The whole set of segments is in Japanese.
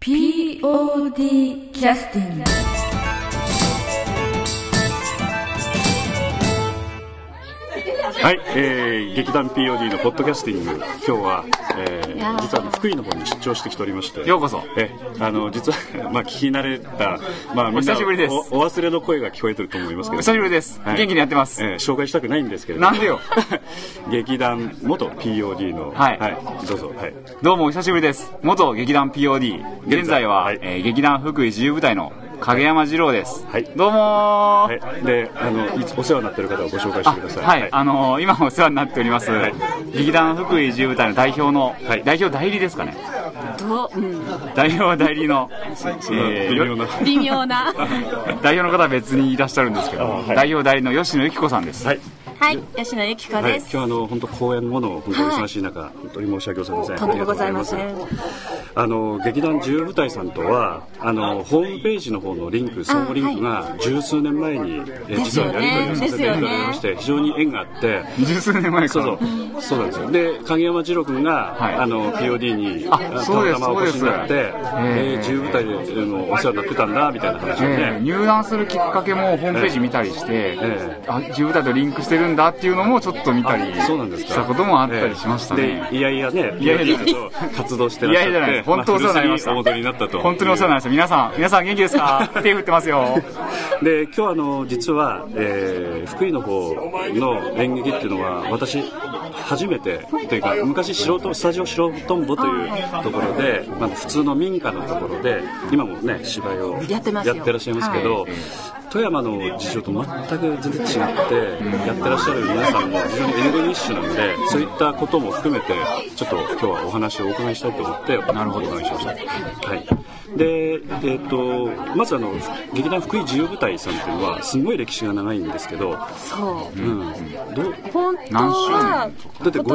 POD キャスティング。 はい、劇団 POD のポッドキャスティング、今日は、実は福井の方に出張してきておりまして、 ようこそ。 実は、聞き慣れた、みんなお久しぶりです。 お忘れの声が聞こえてると思いますけど、 お久しぶりです、はい、元気にやってます、 紹介したくないんですけれど、 なんでよ劇団元 POD の、 はい、 どうぞ、はい、 どうもお久しぶりです。元劇団 POD、現在は、劇団福井自由舞台の影山二郎です、はい、どうもー、 はい、でお世話になっている方をご紹介してください。 今お世話になっております、劇団福井自由舞台の代表の、代表代理ですかね、代表代理の、 微妙な代表の方は別にいらっしゃるんですけど、代表代理の吉野由紀子さんです。 はい、吉野由紀子です。 今日は本当公演後の本当に忙しい中、本当に申し訳ございません。 とんでもございません。 劇団自由舞台さんとはホームページの方のリンク、相互リンクが十数年前に、実はやり取りをさせていただきまして、非常に縁があって、 十数年前か。 そうなんですよ。で、影山二郎君が、POD にたまたまお越しになって、自由舞台でお世話になってたんだみたいな話をね、 入団するきっかけもホームページ見たりして、自由舞台とリンクしてるんだっていうのもちょっと見たりしたこともあったりしましたね。 で、いやいやね、POD と活動してらっしゃって、 いやいやじゃないです。本当お世話になりました。 お戻りになったと。 本当にお世話になりました。皆さん元気ですか？手振ってますよ。 で、今日実は、福井の方の演劇っていうのは私初めてというか、昔スタジオ素人んぼというところで、普通の民家のところで今もね芝居をやってらっしゃいますけど、富山の事情と全く全然違ってやってらっしゃる皆さんも非常にエネルギッシュなので、そういったことも含めてちょっと今日はお話をお伺いしたいと思ってお願いしました。はい。で、まず劇団福井自由舞台さんというのはすごい歴史が長いんですけど、 そう、 本当はだって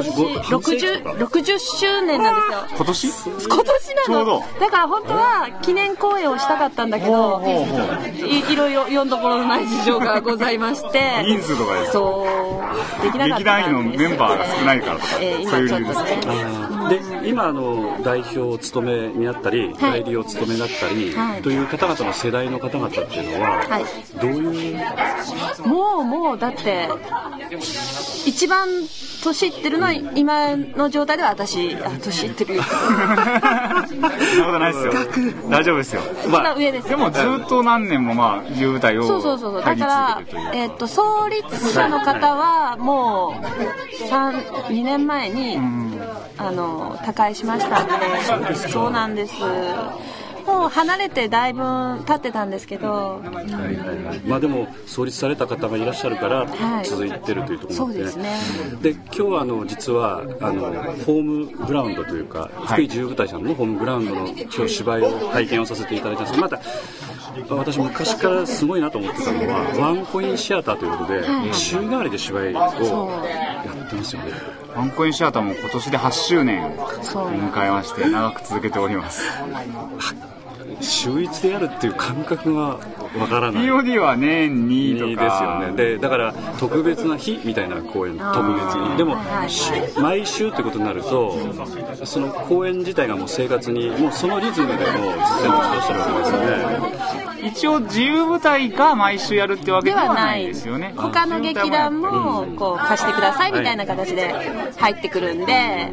60周年なんですよ。 今年なの。だから本当は記念公演をしたかったんだけど、いろいろ読んどころのない事情がございまして人数とかです。 そうできなかったんです。 劇団員のメンバーが少ないからとか、そういう理由ですね。 で、今代表を務めにあったり、代理を務めだったり、という方々の世代の方々っていうのは、どういう？ もうだって一番年いってるのは今の状態では私年いってるよ。 そんなことないですよ。大丈夫ですよ。 一番上です。 でもずっと何年も自由舞台をそうだから創立者の方はもう2年前に他界しましたんで。そうなんです。もう離れてだいぶ経ってたんですけど、 でも創立された方がいらっしゃるから続いてるというところもあって、 そうですね。 で、今日は実はホームグラウンドというか、福井自由舞台さんのホームグラウンドの今日芝居を拝見をさせていただいたんですけど、また私昔からすごいなと思ってたのはワンコインシアターということで、週替わりで芝居をやってますよね。 ワンコインシアターも今年で8周年を迎えまして、長く続けております。 週一でやるっていう感覚がわからない。 POD は年にとかですよね。で、だから特別な日みたいな公演、特別にでも、毎週ってことになると、その公演自体がもう生活にもうそのリズムでも実践をしてらっしゃるわけですよね。 一応自由舞台が毎週やるってわけではないですよね。 他の劇団も貸してくださいみたいな形で入ってくるんで、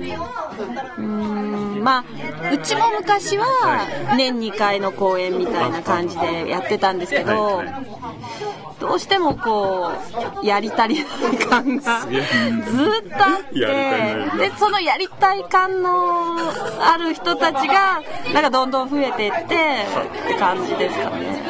うちも昔は年2回の公演みたいな感じでやってたんですけど、どうしてもやり足りない感がずっとあって、でそのやりたい感のある人たちがなんかどんどん増えていってって感じですかね。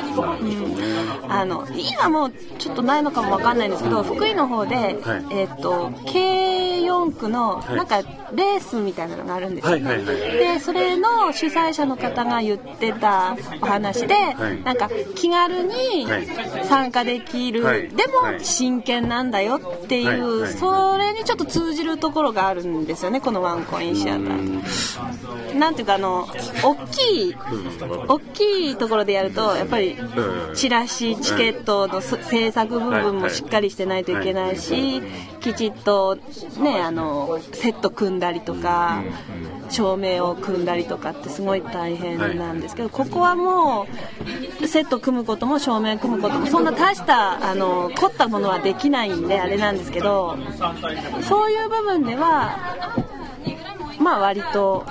今もうちょっとないのかもわかんないんですけど、福井の方で、京四区のなんかレースみたいなのがあるんですよね。でそれの主催者の方が言ってたお話で、なんか気軽に参加できる、でも真剣なんだよっていう、それにちょっと通じるところがあるんですよね、このワンコインシアター。なんていうか大きいところでやるとやっぱりチラシチケットの制作部分もしっかりしてないといけないし、 きちっとねセット組んだりとか、照明を組んだりとかってすごい大変なんですけど、ここはもうセット組むことも照明組むこともそんな大した凝ったものはできないんであれなんですけど、そういう部分ではまあ割と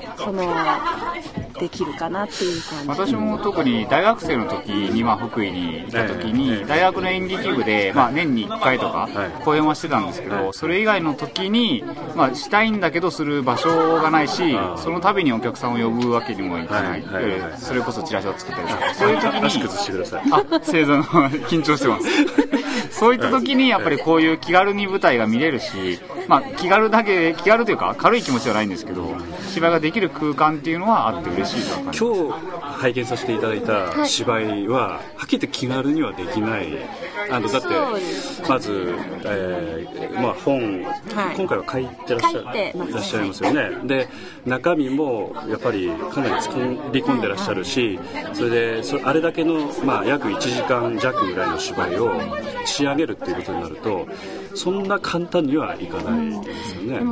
できるかなっていう感じ。 私も特に大学生の時に福井にいた時に大学の演劇部で年に1回とか公演はしてたんですけど、それ以外の時にしたいんだけどする場所がないし、その度にお客さんを呼ぶわけにもいかない、それこそチラシを作ったりとか、そういう時に足崩してください。 正座の緊張してますそういった時にやっぱりこういう気軽に舞台が見れるし、気軽というか軽い気持ちはないんですけど、芝居ができる空間っていうのはあって嬉しいと感じ。 今日拝見させていただいた芝居は、はっきり言って気軽にはできない。だってまず、本、今回は書いてらっしゃいますよね。で中身もやっぱりかなり作り込んでらっしゃるし、それであれだけの、約1時間弱ぐらいの芝居を仕上げるっていうことになると、そんな簡単にはいかないですよね。 でも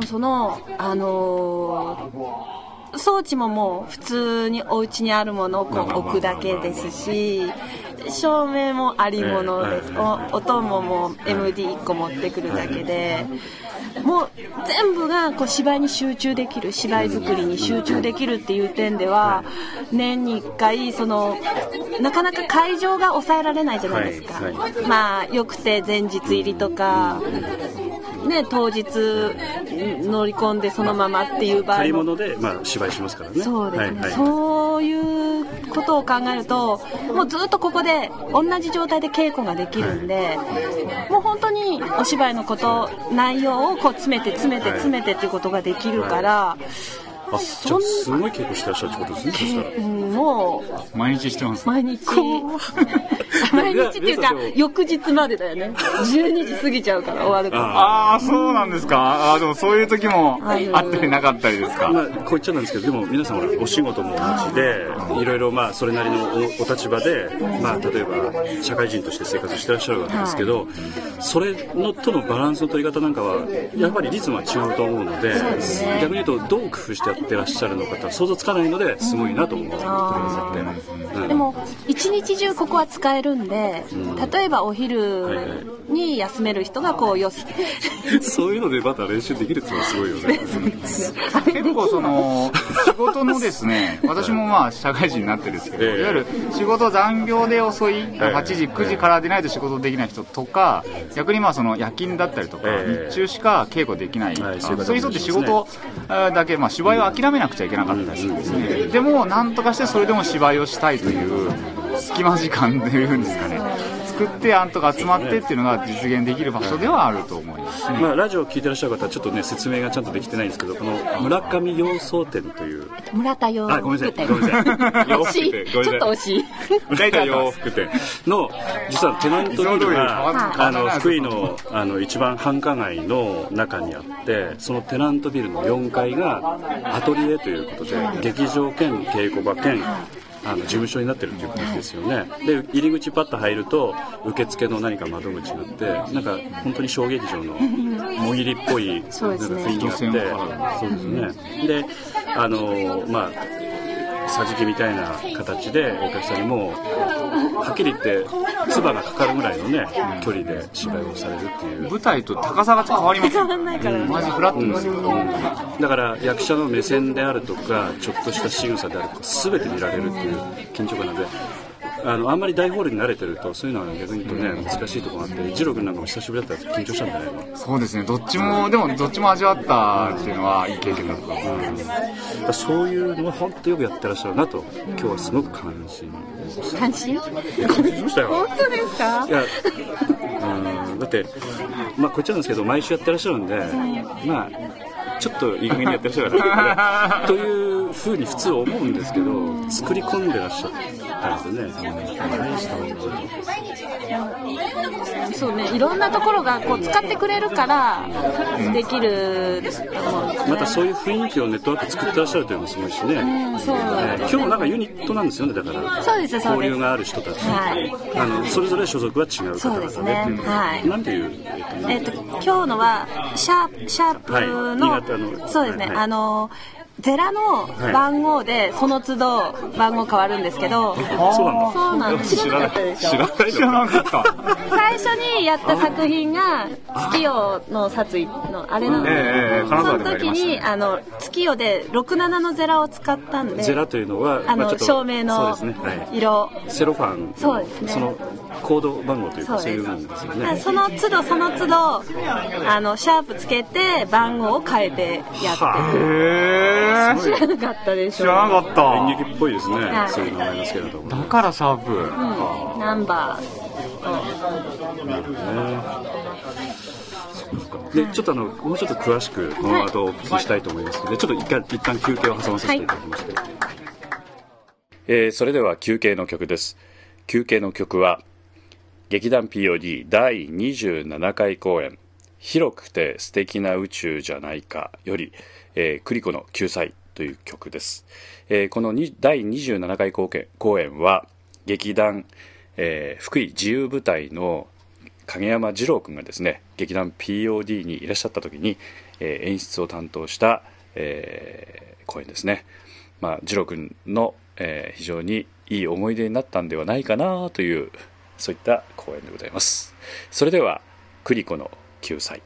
装置ももう普通にお家にあるものを置くだけですし、照明もありものです。音ももう MD1 個持ってくるだけで、もう全部が芝居に集中できる、芝居作りに集中できるっていう点では、年に1回なかなか会場が抑えられないじゃないですか。よくて前日入りとか当日乗り込んでそのままっていう場合も借り物で芝居しますからね。 そうですね、そういうことを考えると、もうずっとここで同じ状態で稽古ができるんで、もう本当にお芝居の内容を詰めてっていうことができるから、 じゃあすごい稽古してらっしゃるってことですね。そしたらもう毎日してます。 毎日っていうか翌日までだよね。12時過ぎちゃうから終わるから。 そうなんですか。でもそういう時もあったりなかったりですか。 こう言っちゃなんですけど、でも皆さんお仕事もお持ちで、いろいろそれなりのお立場で、例えば社会人として生活してらっしゃるわけですけど、それとのバランスの取り方なんかはやっぱりリズムは違うと思うので、逆に言うとどう工夫してやってらっしゃるのかと想像つかないので、すごいなと思ってくださって。 でも一日中ここは使えるんで、例えばお昼に休める人がそういうのでまた練習できるってのはすごいよね。 結構仕事のですね、私も社会人になってるんですけど、いわゆる仕事残業で遅い8時9時からでないと仕事できない人とか、逆に夜勤だったりとか、日中しか稽古できない、そういう人って仕事だけ、芝居を諦めなくちゃいけなかったりするんですね。でもなんとかしてそれでも芝居をしたいという隙間時間というんですかね、作ってとか集まってっていうのが実現できる場所ではあると思いますね。 ラジオを聞いてらっしゃる方はちょっとね説明がちゃんとできてないんですけど、この村上洋装店という村田洋服店、 ごめんなさい洋服店、 ちょっと惜しい村田洋服店の実はテナントビルが福井の一番繁華街の中にあって、そのテナントビルの4階がアトリエということで、劇場兼稽古場兼事務所になってるっていう感じですよね。で入り口パッと入ると受付の何か窓口になって、なんか本当に小劇場のもぎりっぽい雰囲気があって、そうですね。で桟敷みたいな形でお客さんにもはっきり言って唾がかかるぐらいのね距離で芝居をされるっていう。 舞台と高さが変わります。 変わらないから、 マジフラットですよ。 だから役者の目線であるとか、ちょっとした仕草であるとか全て見られるっていう緊張感なので、あんまり大ホールに慣れてるとそういうのは逆に言うとね難しいところがあって、二郎君なんかも久しぶりだったら緊張したんじゃないの？ そうですね、どっちも味わったっていうのはいい経験だったと思います。 そういうのは本当よくやってらっしゃるなと今日はすごく感心感心しましたよ。 本当ですか？ いやだってこっちなんですけど毎週やってらっしゃるんで、ちょっといい加減にやってらっしゃるからといういうふうに普通思うんですけど、作り込んでらっしゃったんですよね。大したものだと。 そうね、いろんなところがこう使ってくれるからできる、 またそういう雰囲気をネットワーク作ってらっしゃるというのもすごいしね、今日もなんかユニットなんですよね。だからそうです交流がある人たち、それぞれ所属は違う方々でっていうのは、なんていう、 今日のはシャープの、そうですね、ゼラの番号でその都度番号変わるんですけど、そうなんです。 知らなかった。 最初にやった作品が月夜の殺意のあれなんです。その時に月夜で67のゼラを使ったんで、 ゼラというのは照明の色、 セロファン、 そうですね、 そのコード番号というかそういうものですよね。 その都度その都度シャープつけて番号を変えてやってる。知らなかったでしょ。 知らなかった。 演劇っぽいですね、そういう名前ですけれども。 だからシャープ、 ナンバー。 なるほどね。でちょっともうちょっと詳しくこの後お聞きしたいと思いますので、ちょっと一旦休憩を挟ませていただきまして、それでは休憩の曲です。休憩の曲は劇団 POD 第27回公演広くて素敵な宇宙じゃないかより、クリコの救済という曲です。この第27回公演は劇団、福井自由舞台の影山二郎君がですね、劇団 POD にいらっしゃった時に、演出を担当した、公演ですね。二郎君の、非常にいい思い出になったんではないかなという、そういった公演でございます。それではクリコの救済。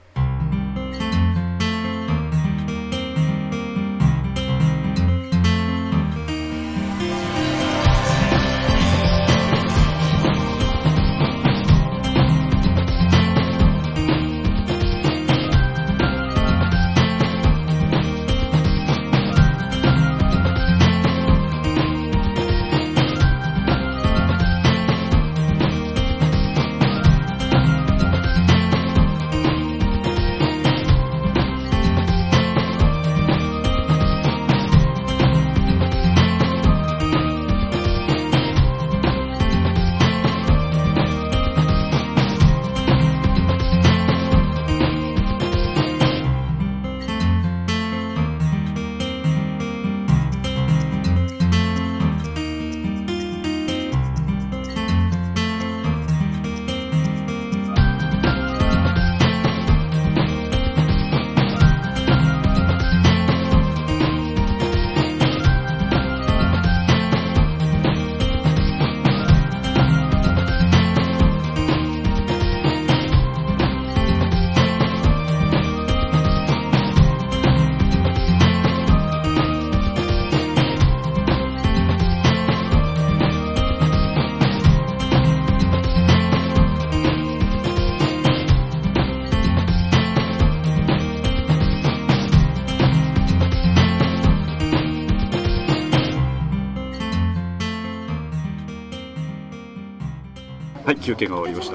はい、休憩が終わりました。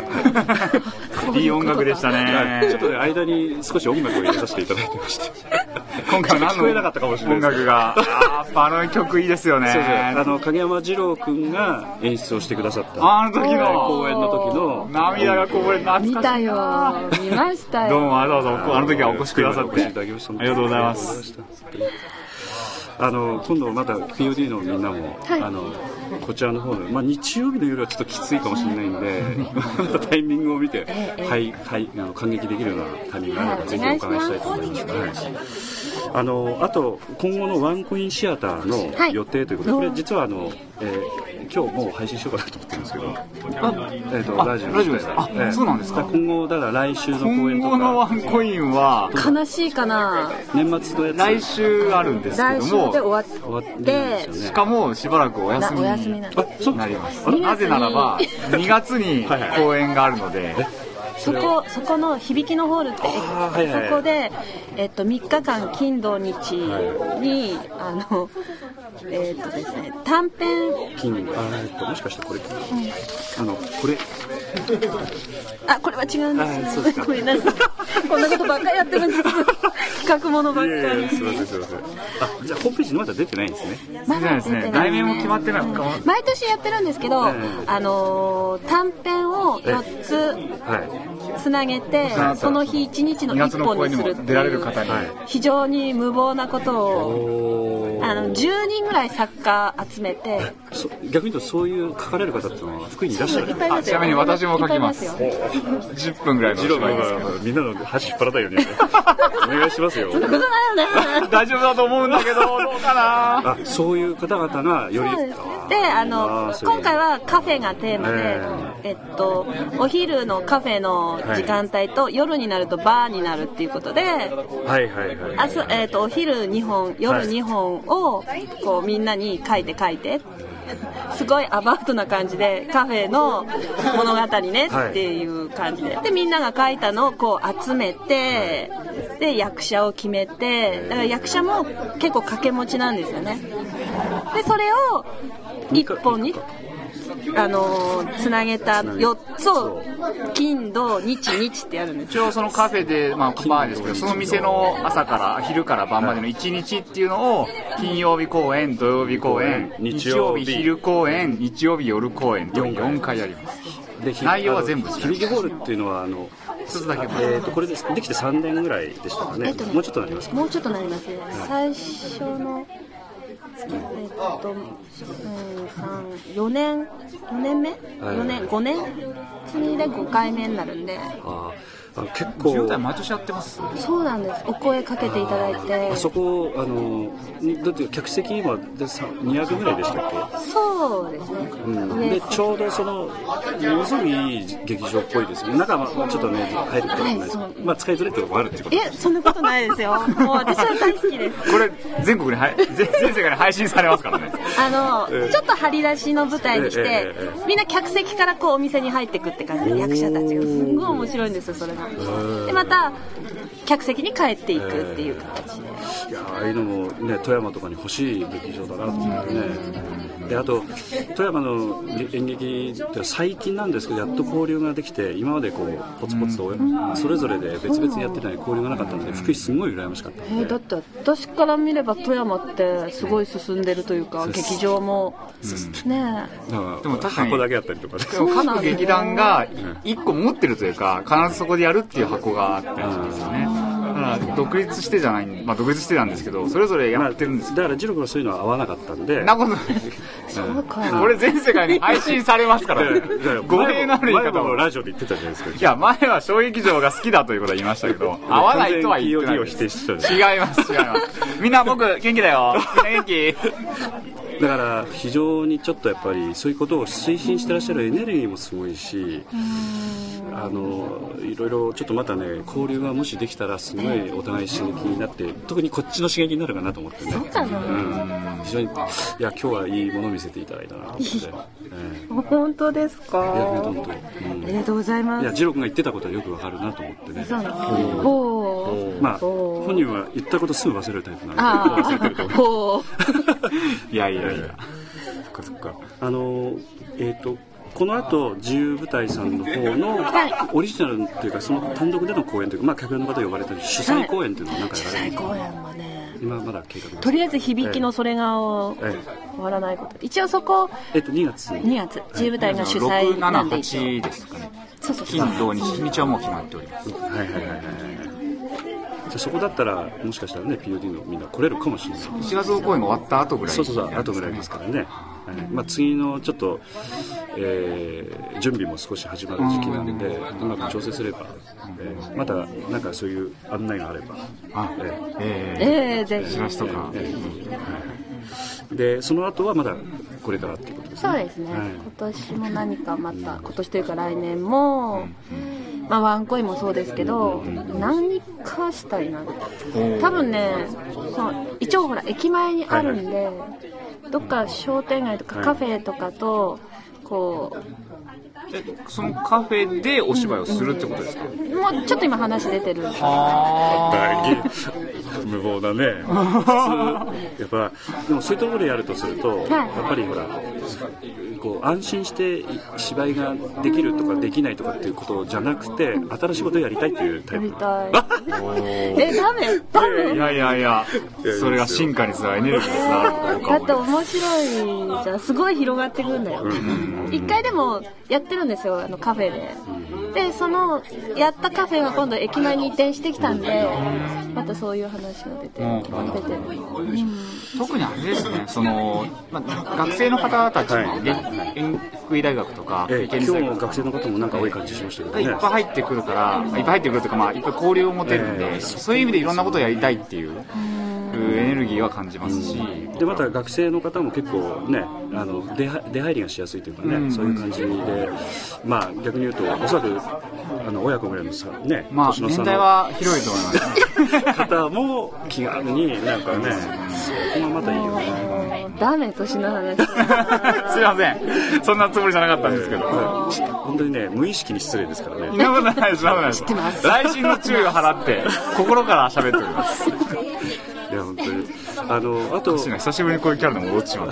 いい音楽でしたね。 ちょっとね、間に少し音楽を入れさせていただいてまして。 今回は何の音楽が、あの曲いいですよね。 そう影山二郎君が演出をしてくださった。 あの時の公演の時の涙がこぼれ、懐かしい。 見たよ、見ましたよ。 どうもあの時はお越しくださって、 お越しいただきました。 ありがとうございます。 今度また POD のみんなも、こちらの方の、日曜日の夜はちょっときついかもしれないんで、またタイミングを見て、感激できるようなタイミングがあればぜひお伺いしたいと思います。あと今後のワンコインシアターの予定ということで、これ実は今日もう配信しようかなと思ってるんですけど、ラジオですか。 そうなんですか。 今後だから来週の公演とか、 今後のワンコインは悲しいかな。 年末のやつ来週あるんですけども、 来週で終わってしかもしばらくお休みになります。なぜならば2月に公演があるので、 そこの響きのホールって、そこで、3日間金土日に、ですね、短編もしかしてこれ、これこれは違うんですよ。ごめんなさい。こんなことばっかりやってるんです。企画ものばっかり。 すいません。じゃあホームページにまだ出てないんですね。 まだですね。題名も決まってない。 毎年やってるんですけど、短編を4つつなげて、その日1日の1本にするっていう非常に無謀なことを10人ぐらい作家集めて、 逆に言うとそういう書かれる方ってのは福井にいらっしゃる。 ちなみに私も書きます。10分ぐらいのジローがみんなの箸引っ張らないようにお願いしますよ。 そんなことないよね。 大丈夫だと思うんだけど、どうかな。 そういう方々がより。 で、今回はカフェがテーマで、お昼のカフェの時間帯と夜になるとバーになるっていうことで、お昼2本、夜2本をこうみんなに書いてすごいアバウトな感じでカフェの物語ねっていう感じで、でみんなが書いたのをこう集めて、で役者を決めて、だから役者も結構掛け持ちなんですよね。でそれを一本につなげた4つを金土日ってやるんです。 一応そのカフェで、バーですけど、その店の朝から昼から晩までの1日っていうのを金曜日公演、土曜日公演、日曜日昼公演、日曜日夜公演と4回やります。内容は全部響きホールっていうのは一つだけこれできて3年ぐらいでしたかね。もうちょっとなりますか。 もうちょっとなりますね。最初の4年目4年5年次で5回目になるんで、 結構 10代毎年やってます。 そうなんです。お声かけていただいて、 そこだって客席今で200ぐらいでしたっけ。 そうですね、 でちょうどそのものすごいいい劇場っぽいですね。中はちょっとね入ることないです、使いづらいところもあるってことです。 そんなことないですよ。もう私は大好きです。 これ全国に全世界に配信されますからね。 ちょっと張り出しの舞台にして、みんな客席からこうお店に入ってくって感じで、役者たちがすごい面白いんですよ、それが。でまた客席に帰っていくっていう形で、 いやああいうのもね富山とかに欲しい劇場だなと思ってね。であと富山の演劇って最近なんですけど、やっと交流ができて、今までこうポツポツとそれぞれで別々にやってない交流がなかったので、福井すごい羨ましかったので。 だって私から見れば富山ってすごい進んでるというか、劇場もねでも確かに箱だけあったりとかね。 各劇団が1個持ってるというか、必ずそこでやるっていう箱があったりするんですよね。だから独立してじゃない、独立してなんですけど、それぞれやってるんです。 だからジロ君はそういうのは合わなかったんで。 なことない。 そうか。 これ全世界に配信されますからね。語弊のある言い方をラジオで言ってたじゃないですか。 いや、前は小劇場が好きだということは言いましたけど、合わないとは言ってない。 を否定してた。 違います。みんな僕元気だよ。みんな元気。 だから非常にちょっとやっぱりそういうことを推進してらっしゃるエネルギーもすごいし、いろいろちょっとまたね交流がもしできたらすごいお互い刺激になって、特にこっちの刺激になるかなと思ってね。 そうかな。 非常に今日はいいものを見せていただいたなと思って。 本当ですか。 いや本当。 ありがとうございます。 いやジロ君が言ってたことはよくわかるなと思ってね。 そうなんです。 本人は言ったことすぐ忘れるタイプなんで忘れてると思う。 いや。 そっか。この後自由舞台さんの方のオリジナルというか、その単独での公演というか、客演の方呼ばれたり主催公演というのは何かやられるんですか。 主催公演はね、 今まだ計画です。 とりあえず響きのそれが終わらないこと、一応そこ 2月自由舞台が主催なんで、 6、7、8ですかね。 そう金土日はもう決まっております。 じゃあそこだったらもしかしたらね POD のみんな来れるかもしれない。 1月の公演が終わった後ぐらい。 そう後ぐらいですからね。次のちょっと、準備も少し始まる時期なので、うまく調整すれば、またなんかそういう案内があれば、 ぜひしましとか。 でその後はまだこれからっていうことですね。 そうですね、今年も何かまた、今年というか来年も、ワンコインもそうですけど、何かしたいな。多分ね、一応ほら駅前にあるんで、どっか商店街とかカフェとかとこうそのカフェでお芝居をするってことですか？ もうちょっと今話出てる。 無謀だね。やっぱでもそういうところでやるとすると、やっぱりほらこう安心して芝居ができるとかできないとかっていうことじゃなくて、新しいことをやりたいっていうタイプ。 ダメ。 いやそれが進化につながるエネルギーにつながるかどうか。 だって面白いじゃん、すごい広がってくんだよ。一回でもやってるんですよ、カフェで。でそのやったカフェが今度駅前に移転してきたんで、またそういう話が出てる。 特にあれですね、学生の方たちも福井大学とか、 今日も学生の方もなんか多い感じしましたけどね。 いっぱい入ってくるというか、いっぱい交流を持てるんで、そういう意味でいろんなことをやりたいっていうエネルギーは感じますし、 でまた学生の方も結構ね、出入りがしやすいというかね、そういう感じで、まあ逆に言うとおそらく親子ぐらいのさね、 まあ年代は広いと思います方も気軽になんかね、そこがまたいいよね。 ダメ、年の話。 すいません、そんなつもりじゃなかったんですけど、 本当にね、無意識に失礼ですからね。 そんなことないです。来週の注意を払って心から喋っております。 いや本当にあと久しぶりにこういうキャラで戻ってしまった。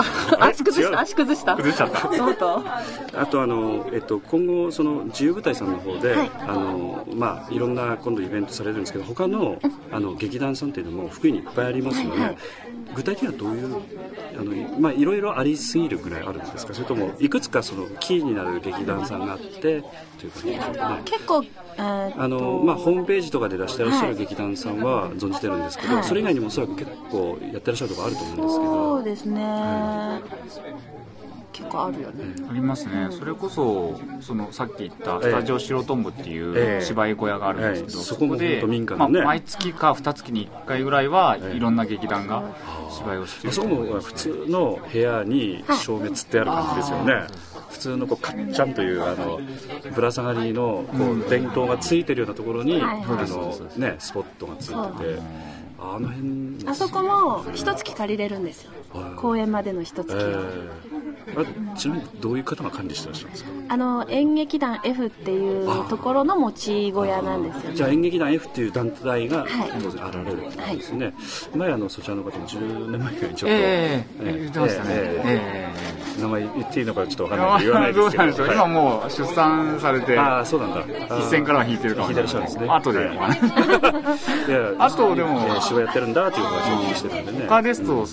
足崩した。 崩しちゃった。 あと今後その自由舞台さんの方で、まあいろんな今度イベントされるんですけど、他の劇団さんっていうのも福井にいっぱいありますよね。具体的にはどういうまあいろいろありすぎるぐらいあるんですか、それともいくつかそのキーになる劇団さんがあってということでしょうかね。 結構まあホームページとかで出してらっしゃる劇団さんは存じてるんですけど、それ以外にもおそらく結構やってらっしゃるところあると思うんですけど。 そうですね、結構あるよね。 ありますね。それこそさっき言ったスタジオ白トンボっていう芝居小屋があるんですけど、 そこで毎月か2月に1回ぐらいはいろんな劇団が芝居をしている。 そこも普通の部屋に照明つってある感じですよね。普通のかっちゃんというぶら下がりの電灯がついてるようなところにスポットがついてて、 あそこも一月借りれるんですよ、公演までの一月を。 ちなみにどういう方が管理してらっしゃるんですか？ 演劇団 F っていうところの持ち小屋なんですよね。 じゃあ演劇団 F っていう団体が当然あられるんですね。前そちらの方も10年前くらいにちょっと言ってましたね。 名前言っていいのかちょっと分かんないんで言わないですけど、 どうなんでしょう。今もう出産されて、 そうなんだ、 一線からは引いてるかもしれないですね。後であとでも芝居やってるんだっていう話を聞いてたんでね。 他ですと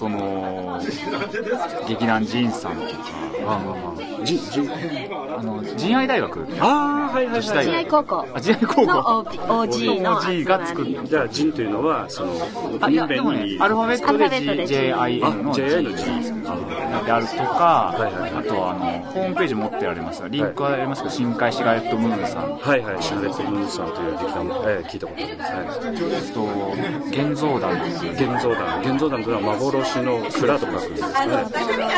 劇団ジンさんとか、仁愛大学、 仁愛高校の OG が作った。じゃあジンというのはでもね、アルファベットで JIN の G であるとか、あとホームページ持ってられますが、リンクはありますけど、深海シガレットムーンさん、 シガレットムーンさんという劇団も聞いたことあります。 現像団というのは幻の蔵と書くんですかね。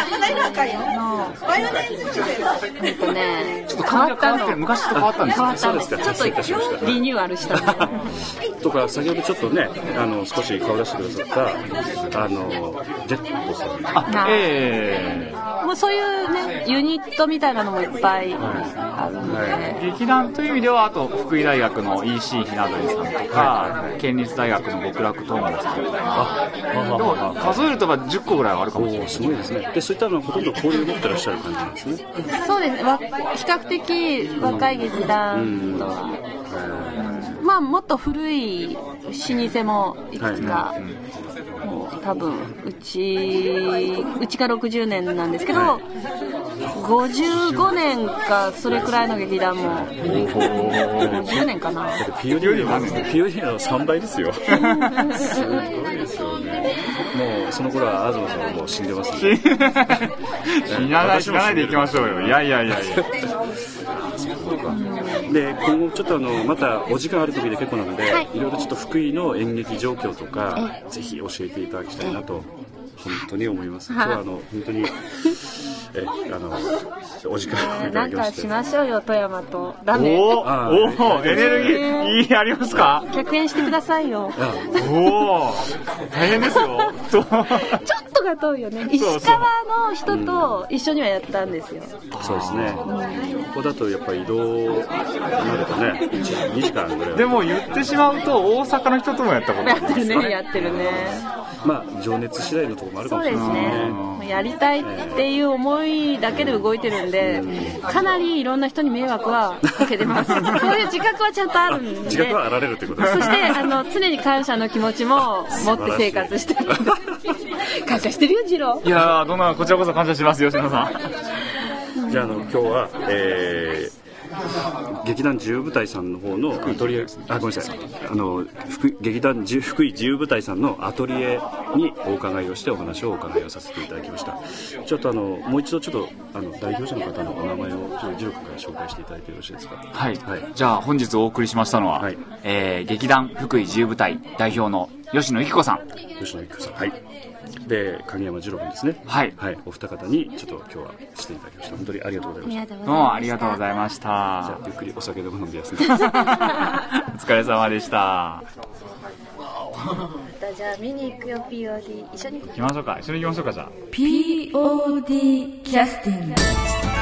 ちょっと変わったの。 昔と変わったんですか？ そうですか。ちょっとリニューアルしたとか、先ほどちょっとね少し顔出してくださったジェットさん。 もうそういうねユニットみたいなのもいっぱいあるので、 劇団という意味では、あと福井大学の EC ひな鳥さんとか、県立大学の極楽トンボさんとか、でも数えると10個ぐらいはあるかもしれない。 すごいですね。でそういったのはほとんど交流を持ってらっしゃる感じなんですね。 そうですね。比較的若い劇団とは、まあもっと古い老舗もいくつか、もう多分うちが60年なんですけど、55年かそれくらいの劇団も50年かな。 ピオニアの3倍ですよ。すごいですよね。もうその頃は東さんはもう死んでますね。 死なないでいきましょうよ。いやで今後ちょっとまたお時間ある時で結構なので、いろいろちょっと福井の演劇状況とかぜひ教えていただきたいなと本当に思います。今日は本当にお時間いただきまして、なんかしましょうよ富山と。ダメ？ エネルギーありますか？ 客演してくださいよ。 大変ですよ。 ちょっとが遠いよね。石川の人と一緒にはやったんですよ。 そうですね。ここだとやっぱり移動になるとね、2時間ぐらい。 でも言ってしまうと大阪の人ともやったことあります。 やってるね。 まあ情熱次第のところもあるかもしれないですね。 そうですね。やりたいっていう思いだけで動いてるんで、かなりいろんな人に迷惑はかけてます。そういう自覚はちゃんとあるんで。 自覚はあられるということです。 そして常に感謝の気持ちも持って生活してる。感謝してるよ、次郎。 いやー、どんなこちらこそ感謝します、吉野さん。じゃあ今日は劇団自由舞台さんの方のアトリエ、ごめんなさい、劇団福井自由舞台さんのアトリエにお伺いをしてお話をお伺いをさせていただきました。ちょっともう一度ちょっと代表者の方のお名前を次郎君から紹介していただいてよろしいですか。 はい、はい、じゃあ本日お送りしましたのは、はい、劇団福井自由舞台代表の吉野由紀子さん。 吉野由紀子さん、はい。で影山次郎君ですね。はい、はい、お二方にちょっと今日はしていただきました。本当にありがとうございました。 どうもありがとうございました。じゃあゆっくりお酒でも飲んで休んで。 お疲れ様でした。 じゃあ見に行くよ POD 一緒に行きましょうか。一緒に行きましょうか。じゃあ POD キャスティング。